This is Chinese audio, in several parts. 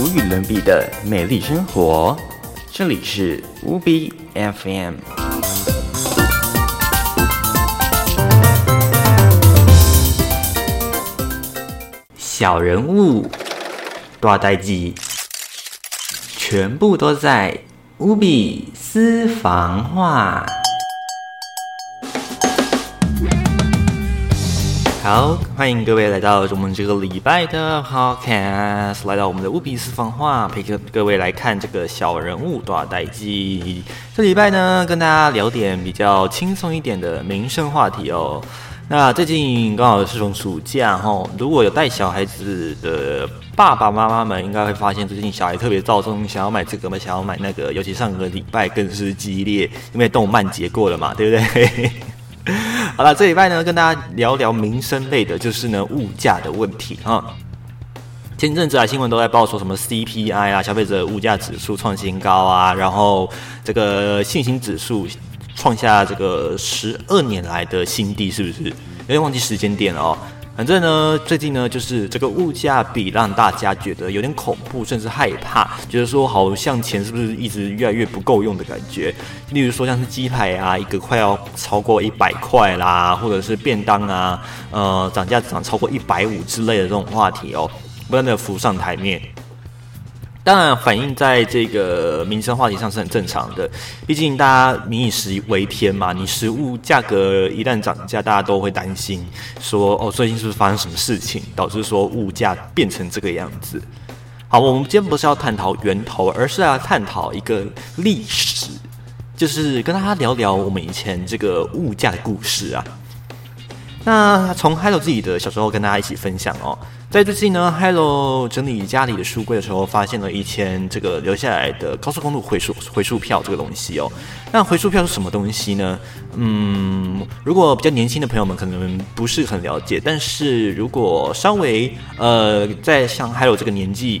无与伦比的美丽生活。这里是乌比 FM。小人物、大代志，全部都在乌比私房话。好，欢迎各位来到我们这个礼拜的 Podcast， 来到我们的乌比私房话，陪各位来看这个小人物大代志。这礼拜呢，跟大家聊点比较轻松一点的民生话题哦。那最近刚好是从暑假齁，如果有带小孩子的爸爸妈妈们，应该会发现最近小孩特别躁动，想要买这个嘛，想要买那个，尤其上个礼拜更是激烈，因为动漫节过了嘛，对不对？好了，这礼拜呢，跟大家聊聊民生类的，就是呢物价的问题啊。前阵子新闻都在报说什么 CPI 啊，消费者物价指数创新高啊，然后这个信心指数创下这个12年来的新低，是不是？有点忘记时间点了哦。反正呢，最近呢，就是这个物价比让大家觉得有点恐怖，甚至害怕，觉得说好像钱是不是一直越来越不够用的感觉。例如说像是鸡排啊，一个快要超过100块啦，或者是便当啊，涨价涨超过150之类的这种话题哦，不断的浮上台面。当然，反映在这个民生话题上是很正常的，毕竟大家民以食为天嘛，你食物价格一旦涨价，大家都会担心说，最近是不是发生什么事情，导致说物价变成这个样子。好，我们今天不是要探讨源头，而是要探讨一个历史，就是跟大家聊聊我们以前这个物价的故事啊。那从 Hello 自己的小时候跟大家一起分享哦。在最近呢 ，Hello 整理家里的书柜的时候，发现了以前这个留下来的高速公路回数票这个东西哦。那回数票是什么东西呢？如果比较年轻的朋友们可能不是很了解，但是如果稍微在像 Hello 这个年纪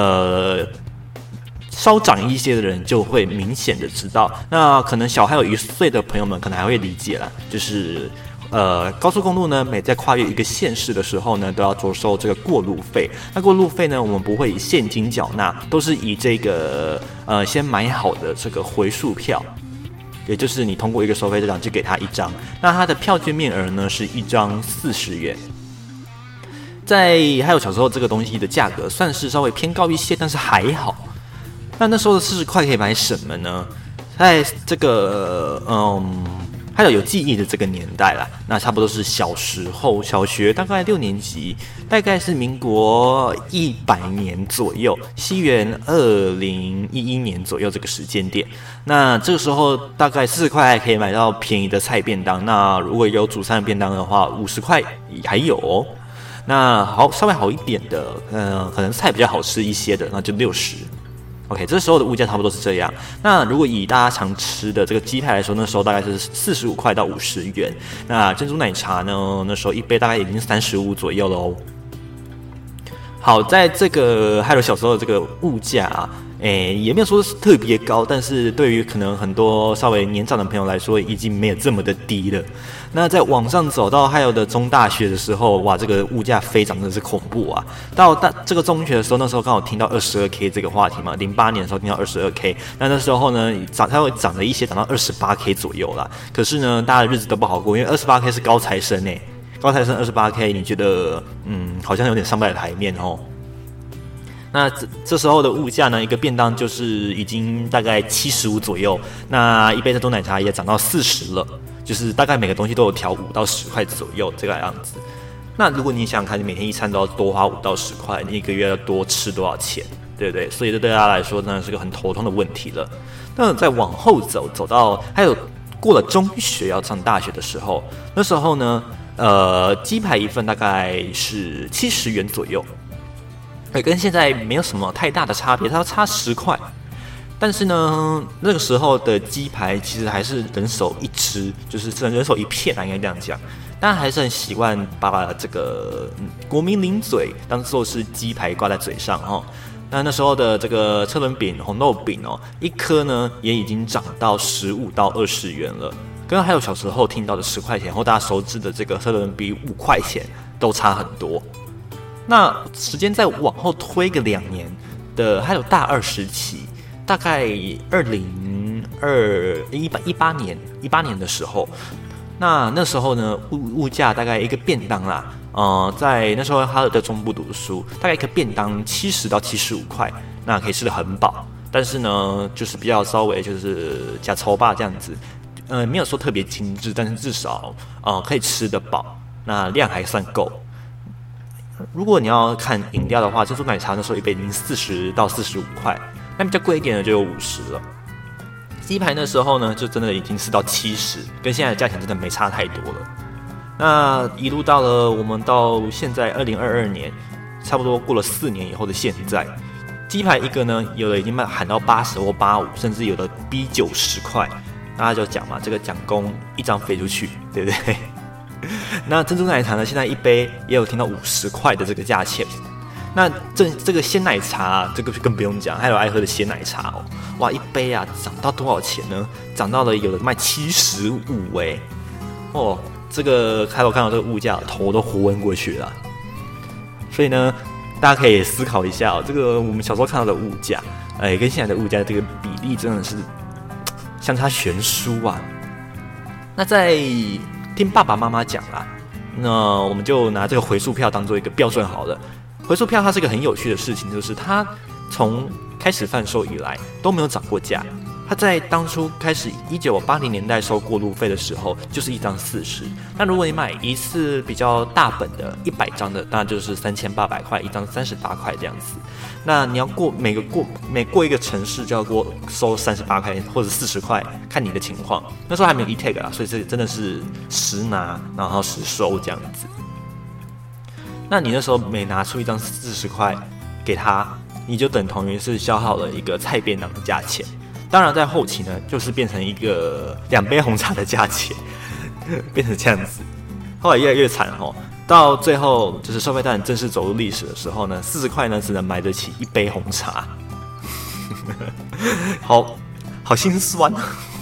稍长一些的人就会明显的知道。那可能小还有1岁的朋友们可能还会理解啦，就是高速公路呢，每在跨越一个县市的时候呢，都要着收这个过路费。那过路费呢，我们不会以现金缴纳，都是以这个先买好的这个回数票，也就是你通过一个收费站就给他1张。那它的票券面额呢是1张40元。在还有小时候这个东西的价格算是稍微偏高一些，但是还好。那时候的40块可以买什么呢？在这个还有记忆的这个年代啦，那差不多是小时候，小学大概6年级，大概是民国100年左右，西元2011年左右这个时间点。那这个时候大概40块还可以买到便宜的菜便当，那如果有主餐便当的话，50块还有哦。那稍微好一点的，可能菜比较好吃一些的，那就60。OK， 这时候的物价差不多是这样。那如果以大家常吃的这个鸡排来说，那时候大概是45块到50元。那珍珠奶茶呢，那时候一杯大概已经35左右了哦。好，在这个还有小时候的这个物价啊，也没有说是特别高，但是对于可能很多稍微年长的朋友来说，已经没有这么的低了。那在往上走到还有的中大学的时候，哇，这个物价飞涨真的是恐怖啊！到这个中学的时候，那时候刚好听到22K 这个话题嘛，08年的时候听到22K， 那时候呢它会涨了一些，涨到28K 左右啦。可是呢，大家的日子都不好过，因为28K 是高材生高材生28K， 你觉得好像有点上不了台面哦。那这时候的物价呢，一个便当就是已经大概75左右，那一杯珍珠奶茶也涨到40了，就是大概每个东西都有调5到10块左右这个样子。那如果你想想看，你每天一餐都要多花5到10块，你一个月要多吃多少钱，对不对？所以这对大家来说呢是个很头痛的问题了。那再往后走到还有过了中学要上大学的时候，那时候呢，鸡排一份大概是70元左右。跟现在没有什么太大的差别，它差10块。但是呢，那个时候的鸡排其实还是人手一只，就是人手一片应该这样讲。大家还是很习惯把这个国民零嘴当做是鸡排挂在嘴上哈。那时候的这个车轮饼、红豆饼一颗呢也已经涨到15到20元了，跟还有小时候听到的10块钱或大家熟知的这个车轮饼5块钱都差很多。那时间再往后推个2年， 还有大二时期，大概2018年的时候，那时候呢，物价大概一个便当啦，在那时候哈尔的中部读书，大概一个便当70到75块，那可以吃得很饱。但是呢，就是比较稍微就是加稠吧这样子，没有说特别精致，但是至少可以吃得饱，那量还算够。如果你要看饮料的话，珍珠奶茶那时候一杯已经40到45块，那比较贵一点的就有50了。鸡排那时候呢，就真的已经是到70，跟现在的价钱真的没差太多了。那一路到了我们到现在2022年，差不多过了4年以后的现在，鸡排一个呢，有的已经喊到80或85，甚至有的逼90块。大家就讲嘛，这个蒋公一张飞出去，对不对？那珍珠奶茶呢，现在一杯也有听到50块的这个价钱。那这个鲜奶茶，这个更不用讲，还有爱喝的鲜奶茶哦，哇，一杯啊涨到多少钱呢？涨到了有的卖75哎，哦，这个开头看到这个物价，头都昏过去了。所以呢，大家可以思考一下哦，这个我们小时候看到的物价，跟现在的物价这个比例真的是相差悬殊啊。那在听爸爸妈妈讲啦，那我们就拿这个回数票当做一个标准好了。回数票它是一个很有趣的事情，就是它从开始贩售以来都没有涨过价。它在当初开始1980年代收过路费的时候，就是一张40。那如果你买一次比较大本的100张的，当然就是3800块，一张38块这样子。那你要每过一个城市就要收38块或者40块，看你的情况。那时候还没有 e-tag 啊，所以这真的是实拿然后实收这样子。那你那时候每拿出一张40块给他，你就等同于是消耗了一个菜便当的价钱。当然在后期呢，就是变成一个2杯红茶的价钱，变成这样子。后来越来越惨哦，到最后就是收费站正式走入历史的时候呢，40块呢只能买得起1杯红茶，好心酸。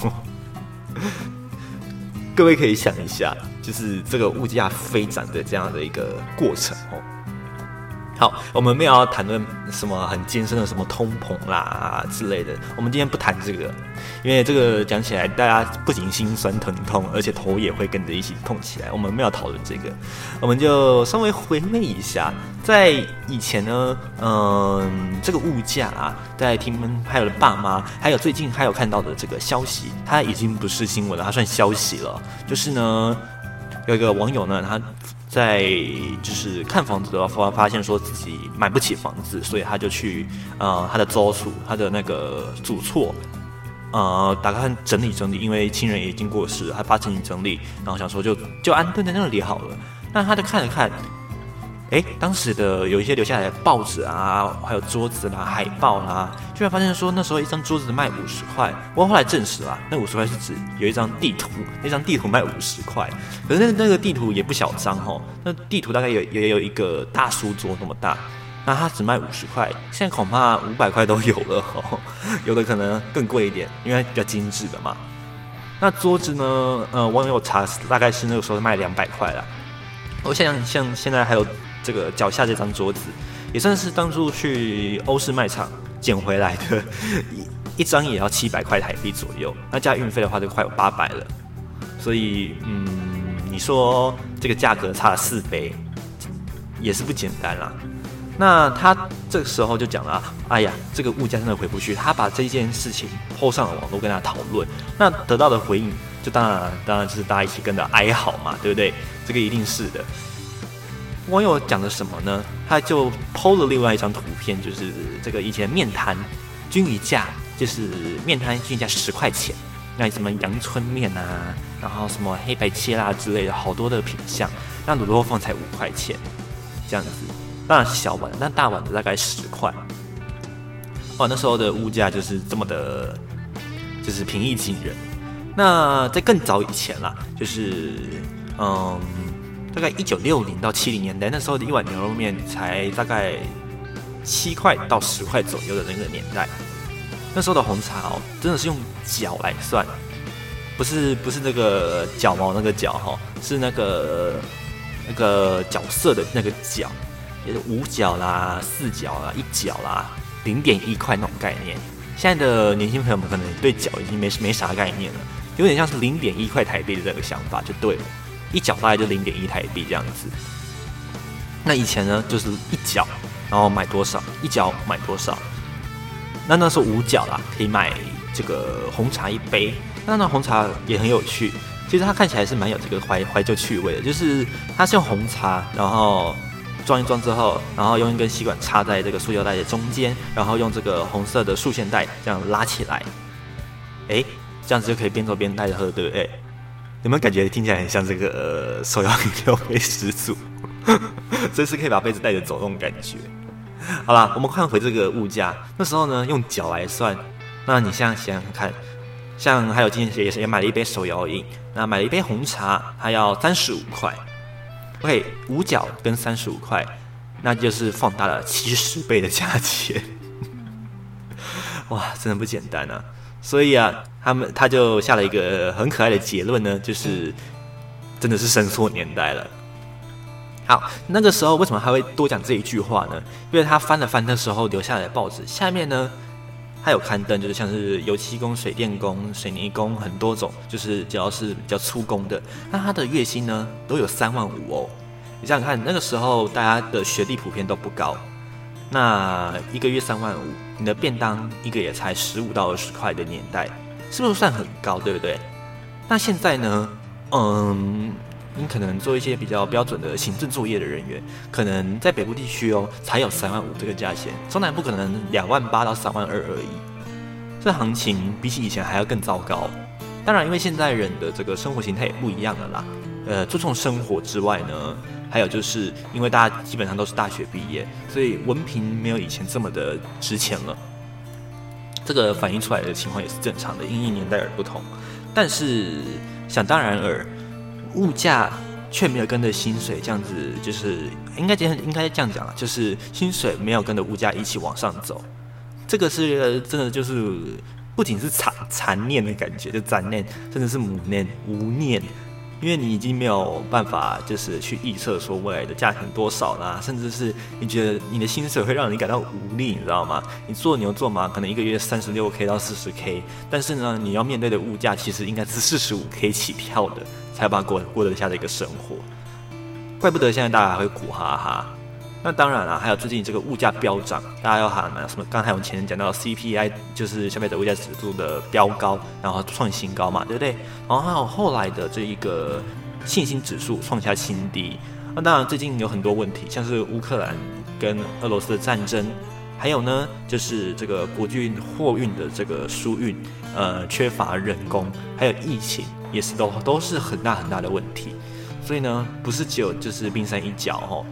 各位可以想一下，就是这个物价飞涨的这样的一个过程哦。好，我们没有要谈论什么很艰深的什么通膨啦之类的，我们今天不谈这个，因为这个讲起来大家不仅心酸疼痛，而且头也会跟着一起痛起来。我们没有讨论这个，我们就稍微回味一下，在以前呢，这个物价啊，在听还有爸妈，还有最近还有看到的这个消息，它已经不是新闻了，它算消息了。就是呢，有一个网友呢，他在就是看房子的时候发现说自己买不起房子，所以他就去他的租处，他的那个主厝打开整理整理，因为亲人也已经过世，他把整理整理，然后想说就安顿在那里好了。那他就看了看，当时的有一些留下来的报纸啊，还有桌子啦、海报啦，居然发现说那时候一张桌子卖50块。不过后来证实啦，那50块是指有一张地图，那张地图卖50块。可是那个地图也不小张哦，那地图大概也有一个大书桌那么大，那它只卖50块，现在恐怕500块都有了哦，有的可能更贵一点，因为比较精致的嘛。那桌子呢？网友查大概是那个时候卖200块啦。我像现在还有这个脚下这张桌子，也算是当初去欧式卖场捡回来的，一张也要700块台币左右，那加运费的话就快有800了。所以你说这个价格差了4倍，也是不简单啦。那他这个时候就讲了，哎呀，这个物价真的回不去。他把这件事情抛上了网络跟大家讨论，那得到的回应就当然就是大家一起跟着哀嚎嘛，对不对？这个一定是的。网友讲的什么呢？他就 po 了另外一张图片，就是这个以前面摊均一价，就是面摊均一价10块钱，那什么阳春面啊，然后什么黑白切辣之类的，好多的品项，那卤肉饭才5块钱，这样子。当然是小碗，但大碗的大概10块。哇，那时候的物价就是这么的，就是平易近人。那在更早以前啦，就是大概1960到70年代，那时候的一碗牛肉面才大概7块到10块左右的那个年代。那时候的红茶哦，真的是用角来算，不是那个角毛那个角哈，是那个角色的那个角，也是5角啦、4角啦、1角啦， 0.1块那种概念。现在的年轻朋友们可能对角已经没啥概念了，有点像是0.1块台币的这个想法就对了，一角大概就0.1台币这样子。那以前呢，就是一角，然后买多少，一角买多少。那时候5角啦，可以买这个红茶一杯。那红茶也很有趣，其实它看起来是蛮有这个怀旧趣味的，就是它是用红茶，然后装一装之后，然后用一根吸管插在这个塑胶袋的中间，然后用这个红色的束线带这样拉起来，这样子就可以边走边带着喝，对不对？有没有感觉听起来很像这个手摇饮料杯始祖？随时可以把杯子带着走那种感觉。好啦，我们看回这个物价，那时候呢用角来算，那你想想看，像还有今天也买了一杯手摇饮，那买了一杯红茶，它要35块。OK， 5角跟35块，那就是放大了70倍的价钱。哇，真的不简单啊！所以啊，他就下了一个很可爱的结论呢，就是真的是生错年代了。好，那个时候为什么他会多讲这一句话呢？因为他翻了翻的时候留下来的报纸下面呢，还有刊登，就是像是油漆工、水电工、水泥工很多种，就是只要是比较粗工的，那他的月薪呢都有3万5哦。你想想看，那个时候大家的学历普遍都不高，那一个月3万5，你的便当一个也才15到20块的年代，是不是算很高，对不对？那现在呢，你可能做一些比较标准的行政作业的人员，可能在北部地区才有3万5这个价钱，中南部可能2万8到3万2而已。这行情比起以前还要更糟糕。当然，因为现在人的这个生活形态也不一样了啦。注重生活之外呢，还有就是因为大家基本上都是大学毕业，所以文凭没有以前这么的值钱了。这个反映出来的情况也是正常的，因年代而不同。但是想当然尔，物价却没有跟着薪水这样子，就是应该这样讲啦，就是薪水没有跟着物价一起往上走。这个是真的，就是不仅是残念的感觉，就残念，甚至是无念，因为你已经没有办法就是去预测说未来的价钱多少啦，甚至是你觉得你的薪水会让你感到无力，你知道吗？你做牛做马可能一个月36K 到40K， 但是呢，你要面对的物价其实应该是45K 起跳的，才把过得下的一个生活。怪不得现在大家还会苦哈哈。那当然啦，还有最近这个物价飙涨，大家要喊什么？刚才我们前面讲到 CPI， 就是消费者物价指数的飙高，然后创新高嘛，对不对？然后还有后来的这一个信心指数创下新低。那当然，最近有很多问题，像是乌克兰跟俄罗斯的战争，还有呢，就是这个国际货运的这个疏运，缺乏人工，还有疫情，也是都是很大的问题。所以呢，不是只有就是冰山一角哦。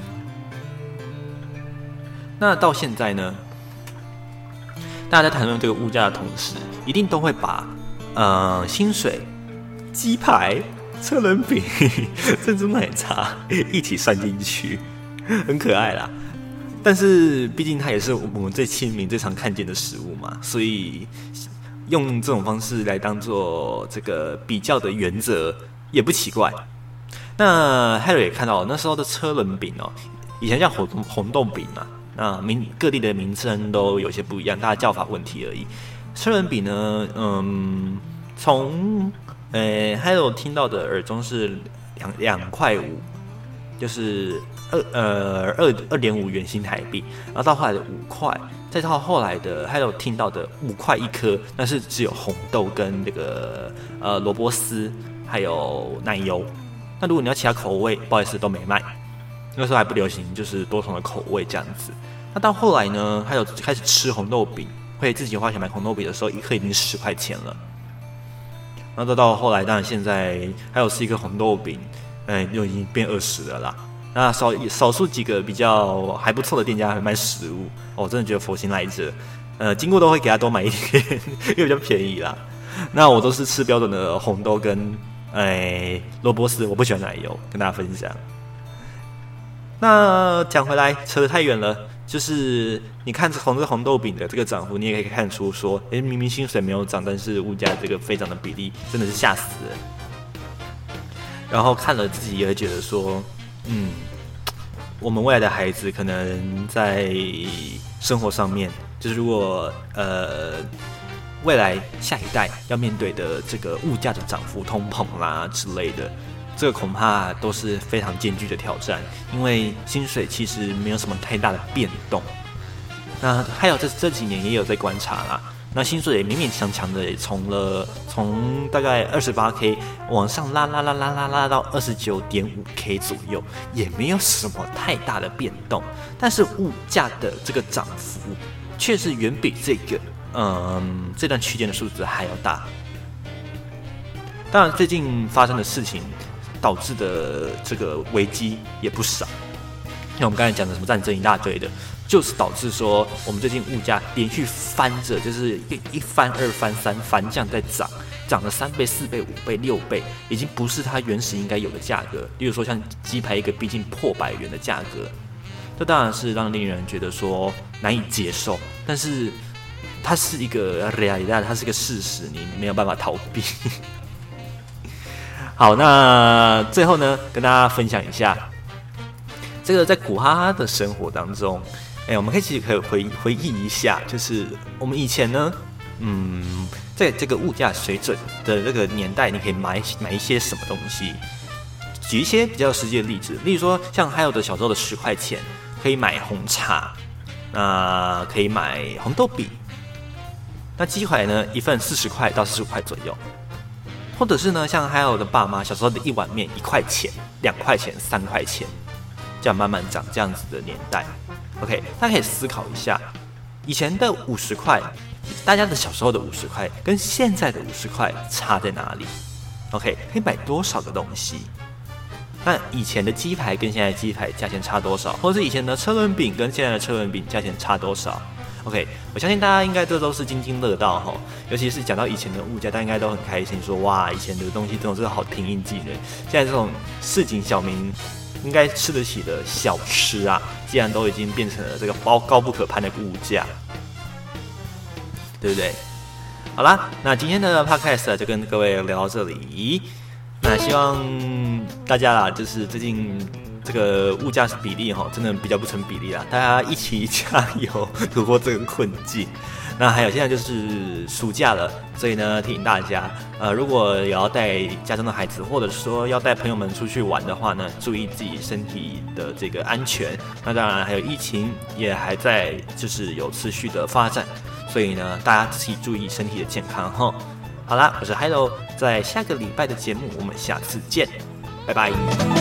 那到现在呢，大家在谈论这个物价的同时，一定都会把薪水、鸡排、车轮饼、珍珠奶茶一起算进去，很可爱啦。但是毕竟它也是我们最亲民、最常看见的食物嘛，所以用这种方式来当做这个比较的原则也不奇怪。那 Harry 也看到那时候的车轮饼以前叫红豆饼嘛。那各地的名称都有些不一样，大家叫法问题而已。车轮饼呢，从还有听到的耳中是2块5，就是2.5元新台币，然后到后来的5块，再到后来的还有听到的5块1颗，那是只有红豆跟这个萝卜丝还有奶油。那如果你要其他口味，不好意思都没卖。那时候还不流行，就是多重的口味这样子。那到后来呢，还有开始吃红豆饼，会自己花钱买红豆饼的时候，一颗已经10块钱了。然后到后来，当然现在还有吃一颗红豆饼，就已经变20了啦。那少数几个比较还不错的店家会卖15，我真的觉得佛心来着。经过都会给他多买一点，因为比较便宜啦。那我都是吃标准的红豆跟萝卜丝，我不喜欢奶油，跟大家分享。那讲回来，扯得太远了。就是你看从这个红豆饼的这个涨幅，你也可以看出说，明明薪水没有涨，但是物价这个飞涨的比例真的是吓死人。然后看了自己也会觉得说，我们未来的孩子可能在生活上面，就是如果未来下一代要面对的这个物价的涨幅、通膨啦之类的，这个恐怕都是非常艰巨的挑战，因为薪水其实没有什么太大的变动。那还有这几年也有在观察啦，那薪水也勉勉强强的从大概28K 往上拉到29.5K 左右，也没有什么太大的变动。但是物价的这个涨幅却是远比这段区间的数字还要大。当然，最近发生的事情导致的这个危机也不少，像我们刚才讲的什么战争一大堆的，就是导致说我们最近物价连续翻着，就是一翻、二翻、三翻这样在涨了3倍、4倍、5倍、6倍，已经不是它原始应该有的价格。例如说像鸡排一个逼近破100元的价格，这当然是令人觉得说难以接受，但是它是一个 realidad， 它是一个事实，你没有办法逃避。好，那最后呢，跟大家分享一下，这个在苦哈哈的生活当中，我们可以回忆一下，就是我们以前呢，在这个物价水准的这个年代，你可以买一些什么东西？举一些比较实际的例子，例如说像还有的小时候的10块钱可以买红茶，那可以买红豆饼。那鸡排呢，一份40块到45块左右，或者是呢，像还有的爸妈小时候的一碗面1块钱、2块钱、3块钱，这样慢慢涨，这样子的年代。OK， 大家可以思考一下，以前的50块，大家的小时候的50块跟现在的50块差在哪里 ？OK， 可以买多少个东西？那以前的鸡排跟现在的鸡排价钱差多少？或者是以前的车轮饼跟现在的车轮饼价钱差多少？OK， 我相信大家应该都是津津乐道哈，尤其是讲到以前的物价，大家应该都很开心，说哇，以前的东西这种好平易近人。现在这种市井小民应该吃得起的小吃啊，既然都已经变成了这个高不可攀的物价，对不对？好啦，那今天的 Podcast 就跟各位聊到这里。那希望大家啦，就是最近这个物价比例真的比较不成比例啦，大家一起加油，突破这个困境。那还有现在就是暑假了，所以呢，提醒大家，如果也要带家中的孩子，或者说要带朋友们出去玩的话呢，注意自己身体的这个安全。那当然还有疫情也还在就是有持续的发展，所以呢，大家自己注意身体的健康哈。好啦，我是 Hello， 在下个礼拜的节目我们下次见，拜拜。